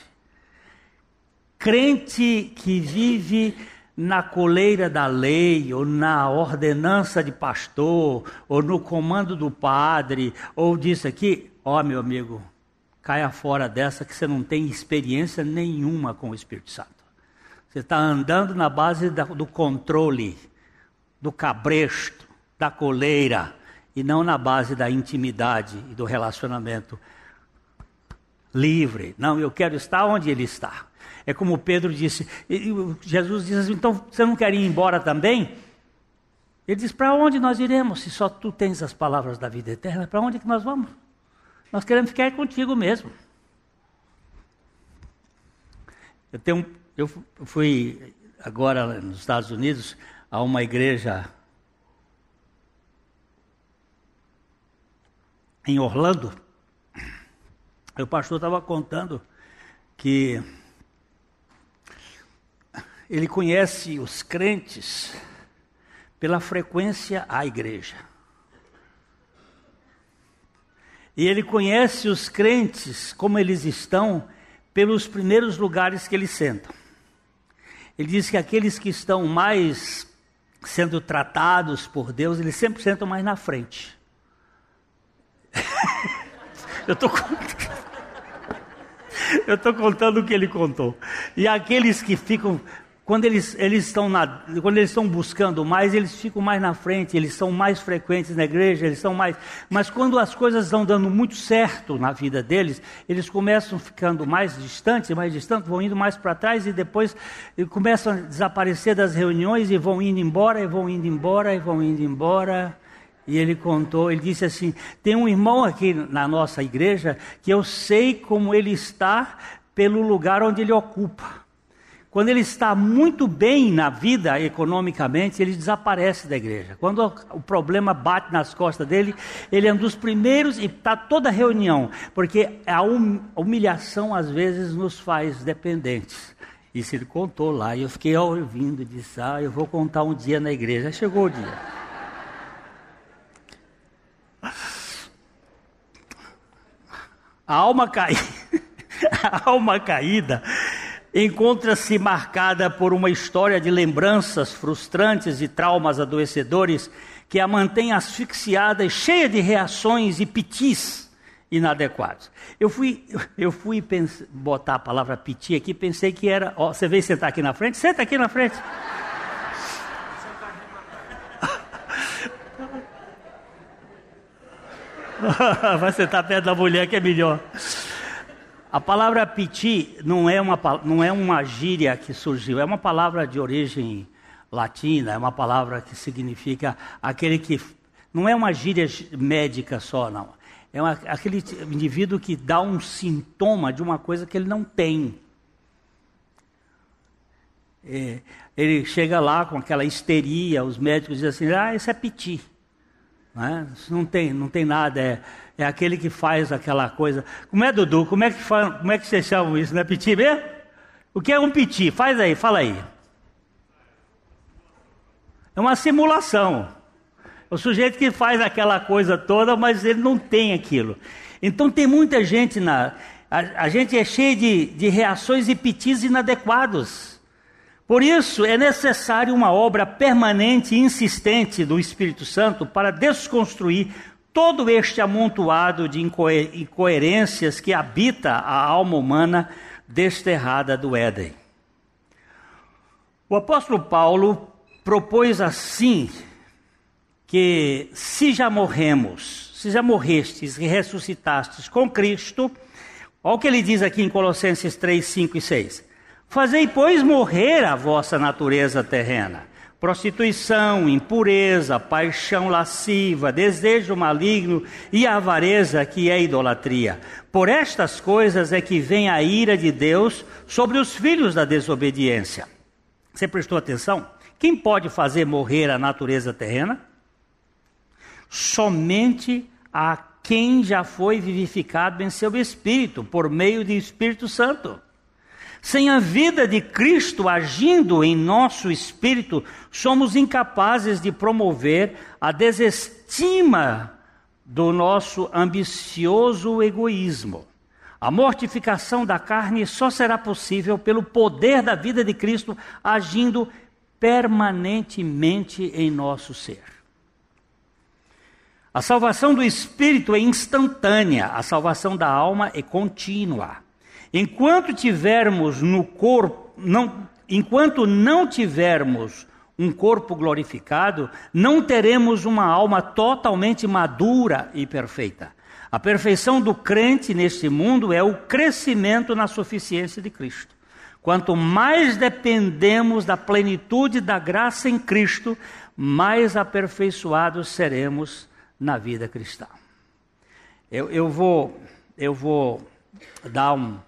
Crente que vive na coleira da lei, ou na ordenança de pastor, ou no comando do padre, ou disso aqui, meu amigo, caia fora dessa que você não tem experiência nenhuma com o Espírito Santo. Você está andando na base do controle, do cabresto, da coleira, e não na base da intimidade e do relacionamento livre. Não, eu quero estar onde ele está. É como Pedro disse, Jesus disse assim, então você não quer ir embora também? Ele diz, para onde nós iremos se só tu tens as palavras da vida eterna? Para onde que nós vamos? Nós queremos ficar contigo mesmo. Eu fui agora nos Estados Unidos a uma igreja em Orlando. O pastor estava contando que ele conhece os crentes pela frequência à igreja. E ele conhece os crentes, como eles estão, pelos primeiros lugares que eles sentam. Ele diz que aqueles que estão mais sendo tratados por Deus, eles sempre sentam mais na frente. Eu estou contando o que ele contou. E aqueles que ficam, quando eles estão buscando mais, eles ficam mais na frente, eles são mais frequentes na igreja, eles são mais. Mas quando as coisas estão dando muito certo na vida deles, eles começam ficando mais distantes, vão indo mais para trás e depois começam a desaparecer das reuniões e vão indo embora, e vão indo embora, e vão indo embora. E ele contou, ele disse assim, tem um irmão aqui na nossa igreja que eu sei como ele está pelo lugar onde ele ocupa. Quando ele está muito bem na vida economicamente, ele desaparece da igreja. Quando o problema bate nas costas dele, ele é um dos primeiros e está toda a reunião. Porque a humilhação às vezes nos faz dependentes. Isso ele contou lá e eu fiquei ouvindo e disse, eu vou contar um dia na igreja. Chegou o dia. A alma caída encontra-se marcada por uma história de lembranças frustrantes e traumas adoecedores que a mantém asfixiada e cheia de reações e pitis inadequados. Eu fui botar a palavra piti aqui, pensei que era... você veio sentar aqui na frente? Senta aqui na frente. Vai sentar perto da mulher que é melhor. A palavra piti não é uma gíria que surgiu, é uma palavra de origem latina, é uma palavra que significa aquele que... Não é uma gíria médica só, não. É aquele indivíduo que dá um sintoma de uma coisa que ele não tem. Ele chega lá com aquela histeria, os médicos dizem assim, isso é piti. né? Não tem nada, é aquele que faz aquela coisa. Como é, Dudu? Como é que vocês chamam isso? Não é piti mesmo? O que é um piti? Faz aí, fala aí. É uma simulação. O sujeito que faz aquela coisa toda, mas ele não tem aquilo. Então tem muita gente a gente é cheio de reações e pitis inadequados. Por isso é necessário uma obra permanente e insistente do Espírito Santo para desconstruir todo este amontoado de incoerências que habita a alma humana desterrada do Éden. O apóstolo Paulo propôs assim que se já morrestes e ressuscitastes com Cristo, olha o que ele diz aqui em Colossenses 3, 5 e 6. Fazei, pois, morrer a vossa natureza terrena, prostituição, impureza, paixão lasciva, desejo maligno e avareza, que é idolatria. Por estas coisas é que vem a ira de Deus sobre os filhos da desobediência. Você prestou atenção? Quem pode fazer morrer a natureza terrena? Somente a quem já foi vivificado em seu espírito, por meio do Espírito Santo. Sem a vida de Cristo agindo em nosso espírito, somos incapazes de promover a desestima do nosso ambicioso egoísmo. A mortificação da carne só será possível pelo poder da vida de Cristo agindo permanentemente em nosso ser. A salvação do espírito é instantânea, a salvação da alma é contínua. Enquanto não tivermos um corpo glorificado, não teremos uma alma totalmente madura e perfeita. A perfeição do crente neste mundo é o crescimento na suficiência de Cristo. Quanto mais dependemos da plenitude da graça em Cristo, mais aperfeiçoados seremos na vida cristã. Eu vou dar uma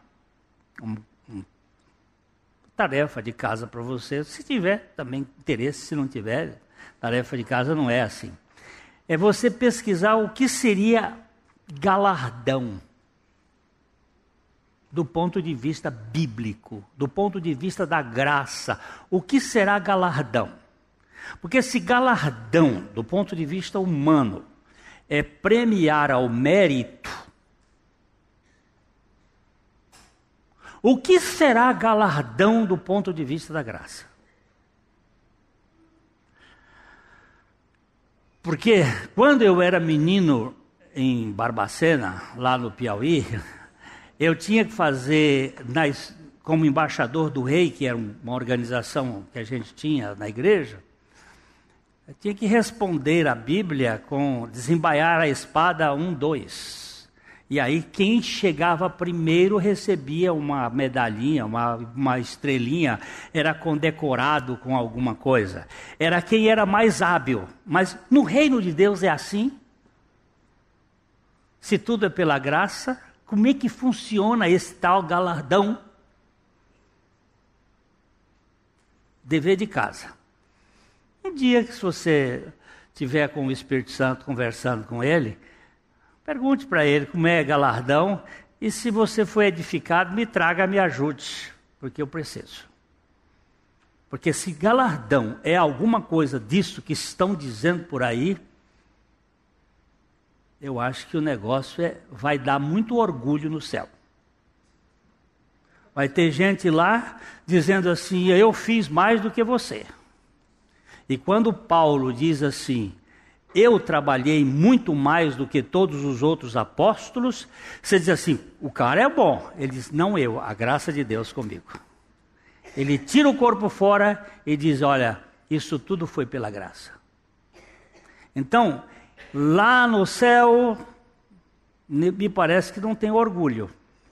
tarefa de casa para você, se tiver também interesse, se não tiver, tarefa de casa não é assim. É você pesquisar o que seria galardão do ponto de vista bíblico, do ponto de vista da graça. O que será galardão? Porque se galardão, do ponto de vista humano, é premiar ao mérito, o que será galardão do ponto de vista da graça? Porque quando eu era menino em Barbacena, lá no Piauí, eu tinha que fazer, como embaixador do rei, que era uma organização que a gente tinha na igreja, eu tinha que responder a Bíblia com desembaiar a espada 1, 2. E aí quem chegava primeiro recebia uma medalhinha, uma estrelinha, era condecorado com alguma coisa. Era quem era mais hábil. Mas no reino de Deus é assim? Se tudo é pela graça, como é que funciona esse tal galardão? Dever de casa. Um dia que se você estiver com o Espírito Santo conversando com ele, pergunte para ele como é galardão e se você foi edificado, me traga, me ajude, porque eu preciso. Porque se galardão é alguma coisa disso que estão dizendo por aí, eu acho que o negócio vai dar muito orgulho no céu. Vai ter gente lá dizendo assim, eu fiz mais do que você. E quando Paulo diz assim, eu trabalhei muito mais do que todos os outros apóstolos, você diz assim, o cara é bom. Ele diz, não eu, a graça de Deus comigo. Ele tira o corpo fora e diz, olha, isso tudo foi pela graça. Então, lá no céu, me parece que não tem orgulho.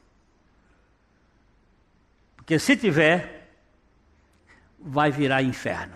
Porque se tiver, vai virar inferno.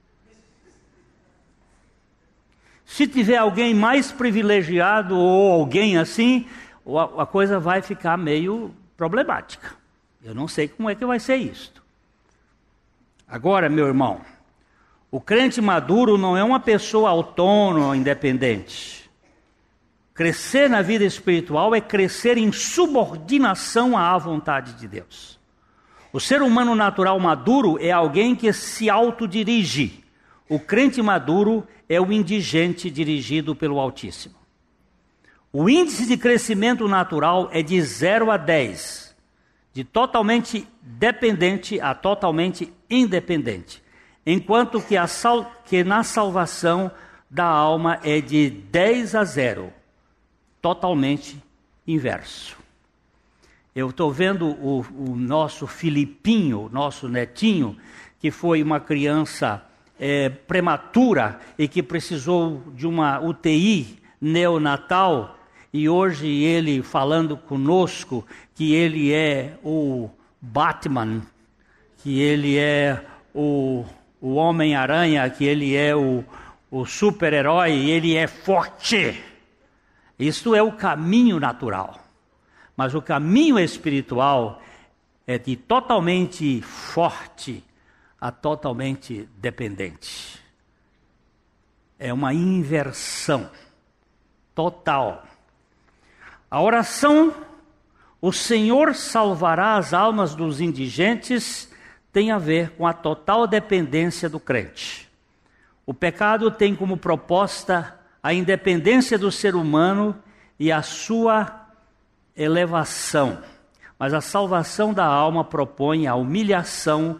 Se tiver alguém mais privilegiado ou alguém assim, a coisa vai ficar meio problemática. Eu não sei como é que vai ser isso. Agora, meu irmão, O crente maduro não é uma pessoa autônoma, independente. Crescer na vida espiritual é crescer em subordinação à vontade de Deus. O ser humano natural maduro é alguém que se autodirige. O crente maduro é o indigente dirigido pelo Altíssimo. O índice de crescimento natural é de 0 a 10, de totalmente dependente a totalmente independente, enquanto que na salvação da alma é de 10 a 0, totalmente inverso. Eu estou vendo o nosso Filipinho, nosso netinho, que foi uma criança prematura e que precisou de uma UTI neonatal, e hoje ele falando conosco que ele é o Batman, que ele é o Homem-Aranha, que ele é o super-herói, ele é forte. Isto é o caminho natural. Mas o caminho espiritual é de totalmente forte a totalmente dependente. É uma inversão total. A oração, o Senhor salvará as almas dos indigentes, tem a ver com a total dependência do crente. O pecado tem como proposta a independência do ser humano e a sua elevação. Mas a salvação da alma propõe a humilhação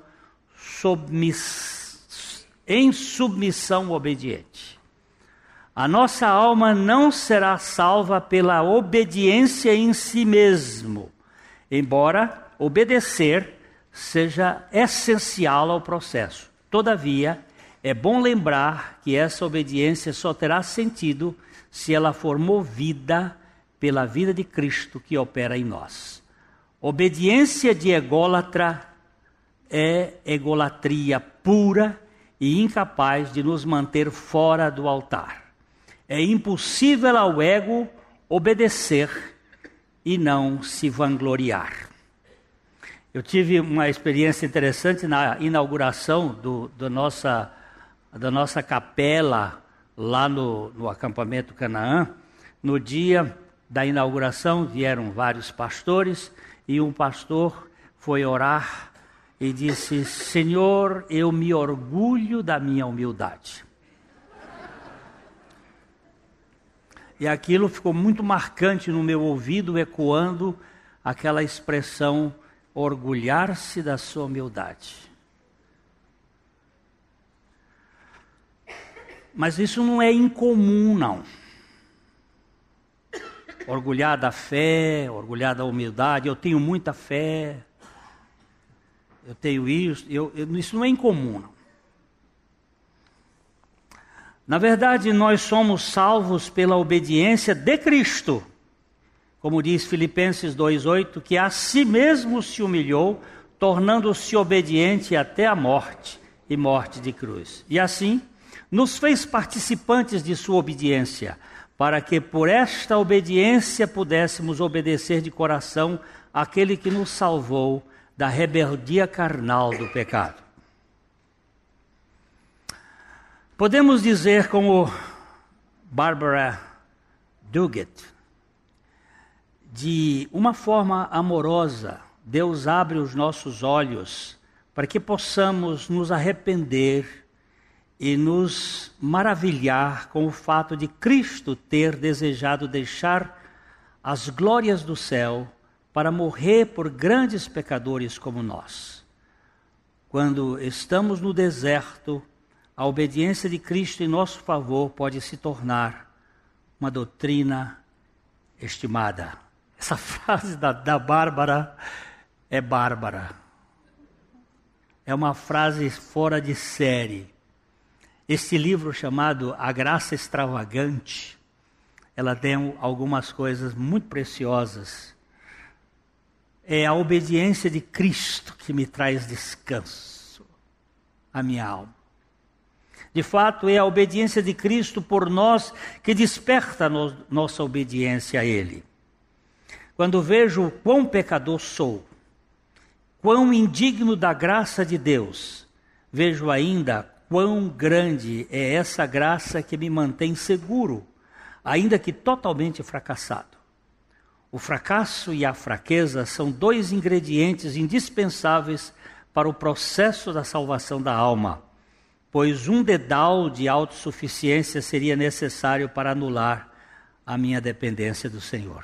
em submissão obediente. A nossa alma não será salva pela obediência em si mesmo, embora obedecer seja essencial ao processo. Todavia, é bom lembrar que essa obediência só terá sentido se ela for movida pela vida de Cristo que opera em nós. Obediência de ególatra é egolatria pura e incapaz de nos manter fora do altar. É impossível ao ego obedecer e não se vangloriar. Eu tive uma experiência interessante na inauguração da nossa capela lá no acampamento Canaã. No dia da inauguração vieram vários pastores e um pastor foi orar e disse: Senhor, eu me orgulho da minha humildade. E aquilo ficou muito marcante no meu ouvido, ecoando aquela expressão, orgulhar-se da sua humildade. Mas isso não é incomum, não. Orgulhar da fé, orgulhar da humildade, eu tenho muita fé, eu tenho isso, isso não é incomum, não. Na verdade, nós somos salvos pela obediência de Cristo. Como diz Filipenses 2,8, que a si mesmo se humilhou, tornando-se obediente até a morte, e morte de cruz. E assim, nos fez participantes de sua obediência, para que por esta obediência pudéssemos obedecer de coração àquele que nos salvou da rebeldia carnal do pecado. Podemos dizer como Barbara Duguid, de uma forma amorosa, Deus abre os nossos olhos para que possamos nos arrepender e nos maravilhar com o fato de Cristo ter desejado deixar as glórias do céu para morrer por grandes pecadores como nós. Quando estamos no deserto, a obediência de Cristo em nosso favor pode se tornar uma doutrina estimada. Essa frase da Bárbara é bárbara. É uma frase fora de série. Este livro chamado A Graça Extravagante, ela tem algumas coisas muito preciosas. É a obediência de Cristo que me traz descanso à minha alma. De fato, é a obediência de Cristo por nós que desperta nossa obediência a Ele. Quando vejo quão pecador sou, quão indigno da graça de Deus, vejo ainda quão grande é essa graça que me mantém seguro, ainda que totalmente fracassado. O fracasso e a fraqueza são dois ingredientes indispensáveis para o processo da salvação da alma, pois um dedal de autossuficiência seria necessário para anular a minha dependência do Senhor.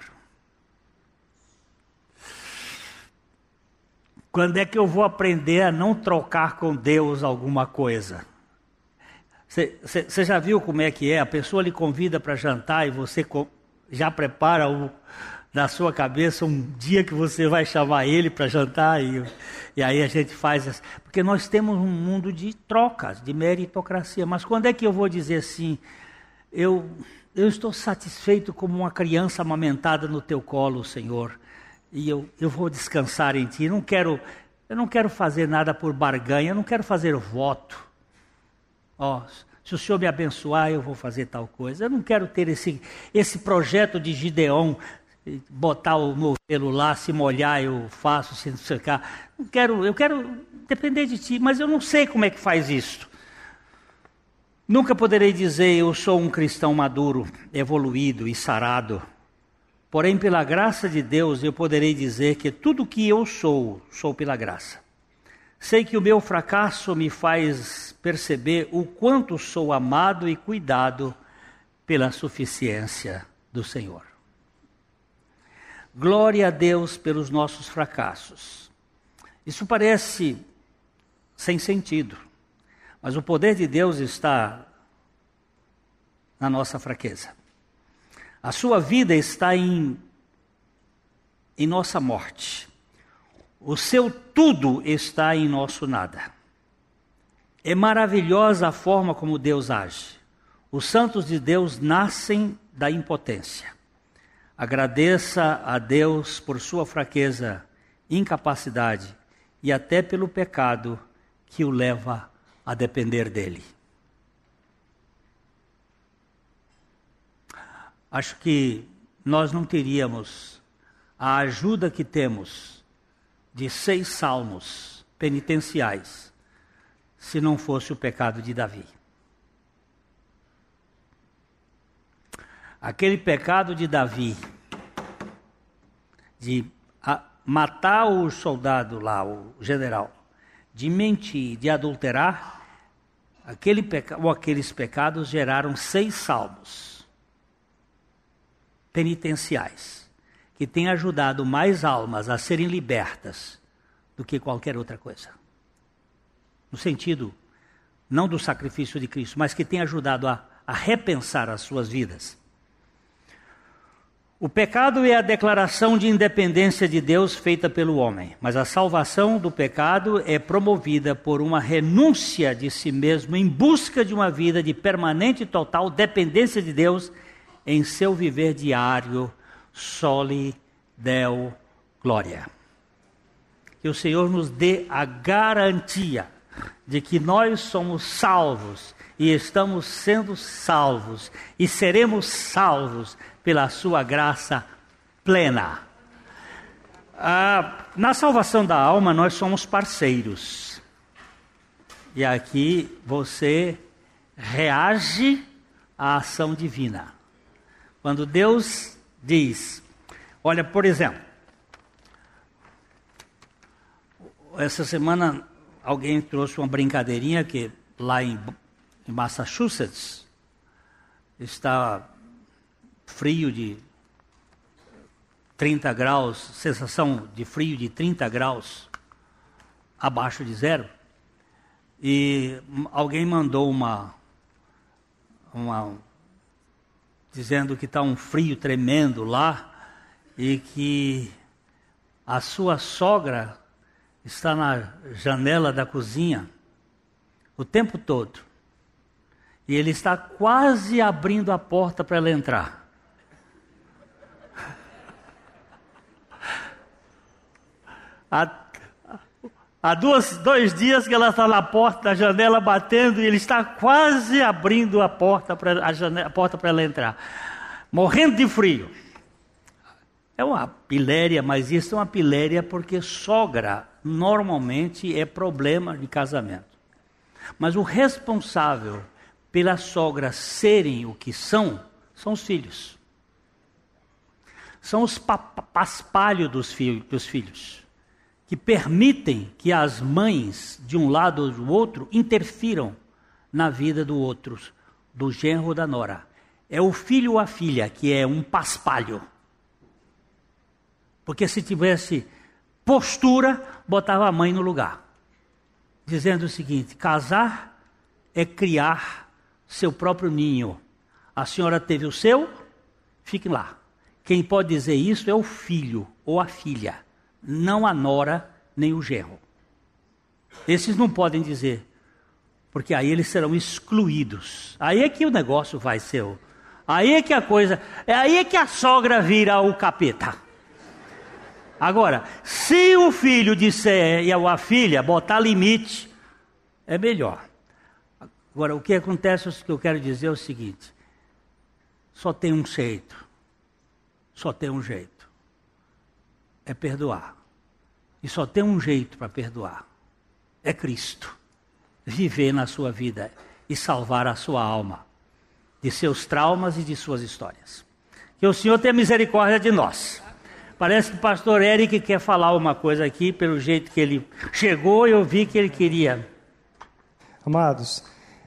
Quando é que eu vou aprender a não trocar com Deus alguma coisa? Você já viu como é que é? A pessoa lhe convida para jantar e você já prepara na sua cabeça um dia que você vai chamar ele para jantar e aí a gente faz... Porque nós temos um mundo de trocas, de meritocracia. Mas quando é que eu vou dizer assim, eu estou satisfeito como uma criança amamentada no teu colo, Senhor, e eu vou descansar em ti. Eu não quero fazer nada por barganha, eu não quero fazer voto. Se o Senhor me abençoar, eu vou fazer tal coisa. Eu não quero ter esse projeto de Gideon, botar o meu celular, se molhar eu faço, se não secar. Eu quero depender de ti, mas eu não sei como é que faz isso. Nunca poderei dizer eu sou um cristão maduro, evoluído e sarado. Porém, pela graça de Deus, eu poderei dizer que tudo que eu sou pela graça. Sei que o meu fracasso me faz perceber o quanto sou amado e cuidado pela suficiência do Senhor. Glória a Deus pelos nossos fracassos. Isso parece sem sentido, mas o poder de Deus está na nossa fraqueza. A sua vida está em nossa morte. O seu tudo está em nosso nada. É maravilhosa a forma como Deus age. Os santos de Deus nascem da impotência. Agradeça a Deus por sua fraqueza, incapacidade e até pelo pecado que o leva a depender dele. Acho que nós não teríamos a ajuda que temos de 6 salmos penitenciais se não fosse o pecado de Davi. Aquele pecado de Davi, de matar o soldado lá, o general, de mentir, de adulterar, aqueles pecados geraram 6 salmos penitenciais, que têm ajudado mais almas a serem libertas do que qualquer outra coisa. No sentido, não do sacrifício de Cristo, mas que tem ajudado a repensar as suas vidas. O pecado é a declaração de independência de Deus feita pelo homem, mas a salvação do pecado é promovida por uma renúncia de si mesmo em busca de uma vida de permanente e total dependência de Deus em seu viver diário, soli Deo glória. Que o Senhor nos dê a garantia de que nós somos salvos e estamos sendo salvos e seremos salvos pela sua graça plena. Na salvação da alma nós somos parceiros. E aqui você reage à ação divina. Quando Deus diz, olha, por exemplo, essa semana alguém trouxe uma brincadeirinha que lá em Massachusetts está frio de 30 graus, sensação de frio de 30 graus abaixo de zero. E alguém mandou uma dizendo que está um frio tremendo lá e que a sua sogra está na janela da cozinha o tempo todo. E ele está quase abrindo a porta para ela entrar. Há 2 dias que ela está na porta da janela batendo e ele está quase abrindo a porta para ela entrar, morrendo de frio. É uma piléria, mas isso é uma piléria porque sogra normalmente é problema de casamento. Mas o responsável pela sogra serem o que são os filhos. São os paspalhos dos filhos, que permitem que as mães, de um lado ou do outro, interfiram na vida do outro, do genro ou da nora. É o filho ou a filha que é um paspalho. Porque se tivesse postura, botava a mãe no lugar. Dizendo o seguinte: casar é criar seu próprio ninho. A senhora teve o seu, fique lá. Quem pode dizer isso é o filho ou a filha, não a nora nem o genro. Esses não podem dizer, porque aí eles serão excluídos. Aí é que o negócio vai ser. Aí é que a coisa. Aí é que a sogra vira o capeta. Agora, se o filho disser e a filha botar limite, é melhor. Agora, o que acontece, o que eu quero dizer é o seguinte: só tem um jeito. Só tem um jeito. É perdoar. E só tem um jeito para perdoar. É Cristo. Viver na sua vida e salvar a sua alma de seus traumas e de suas histórias. Que o Senhor tenha misericórdia de nós. Parece que o pastor Eric quer falar uma coisa aqui, pelo jeito que ele chegou, eu vi que ele queria. Amados,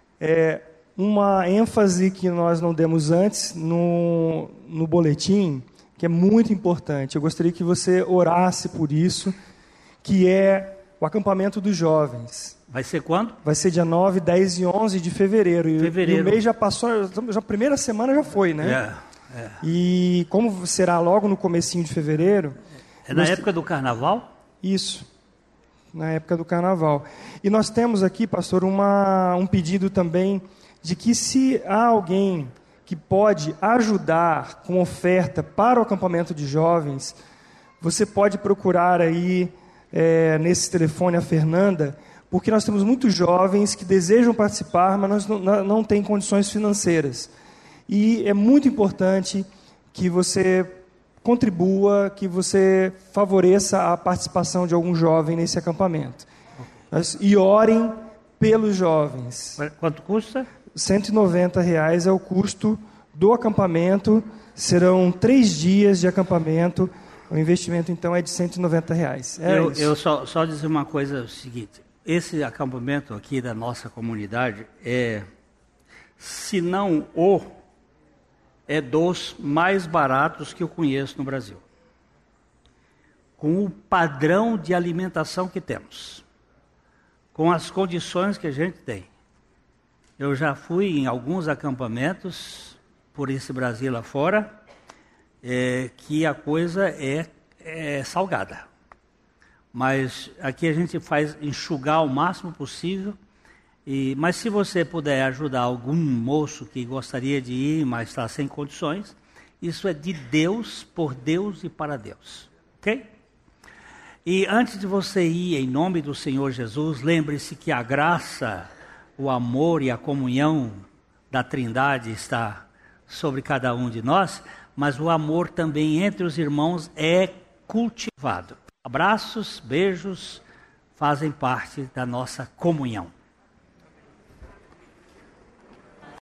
uma ênfase que nós não demos antes no boletim, que é muito importante. Eu gostaria que você orasse por isso, que é o acampamento dos jovens. Vai ser quando? Vai ser dia 9, 10 e 11 de fevereiro. E o mês já passou, já a primeira semana já foi, né? E como será logo no comecinho de fevereiro... É na época do carnaval? Isso, na época do carnaval. E nós temos aqui, pastor, um pedido também de que se há alguém que pode ajudar com oferta para o acampamento de jovens, você pode procurar aí nesse telefone a Fernanda, porque nós temos muitos jovens que desejam participar, mas não têm condições financeiras. E é muito importante que você contribua, que você favoreça a participação de algum jovem nesse acampamento. E orem pelos jovens. Quanto custa? R$190 é o custo do acampamento. Serão 3 dias de acampamento. O investimento, então, é de R$190. Eu só dizer uma coisa, o seguinte. Esse acampamento aqui da nossa comunidade se não é dos mais baratos que eu conheço no Brasil. Com o padrão de alimentação que temos. Com as condições que a gente tem. Eu já fui em alguns acampamentos por esse Brasil afora, que a coisa é salgada. Mas aqui a gente faz enxugar o máximo possível. Mas se você puder ajudar algum moço que gostaria de ir, mas está sem condições, isso é de Deus, por Deus e para Deus. Ok? E antes de você ir, em nome do Senhor Jesus, lembre-se que a graça, o amor e a comunhão da Trindade está sobre cada um de nós, mas o amor também entre os irmãos é cultivado. Abraços, beijos, fazem parte da nossa comunhão.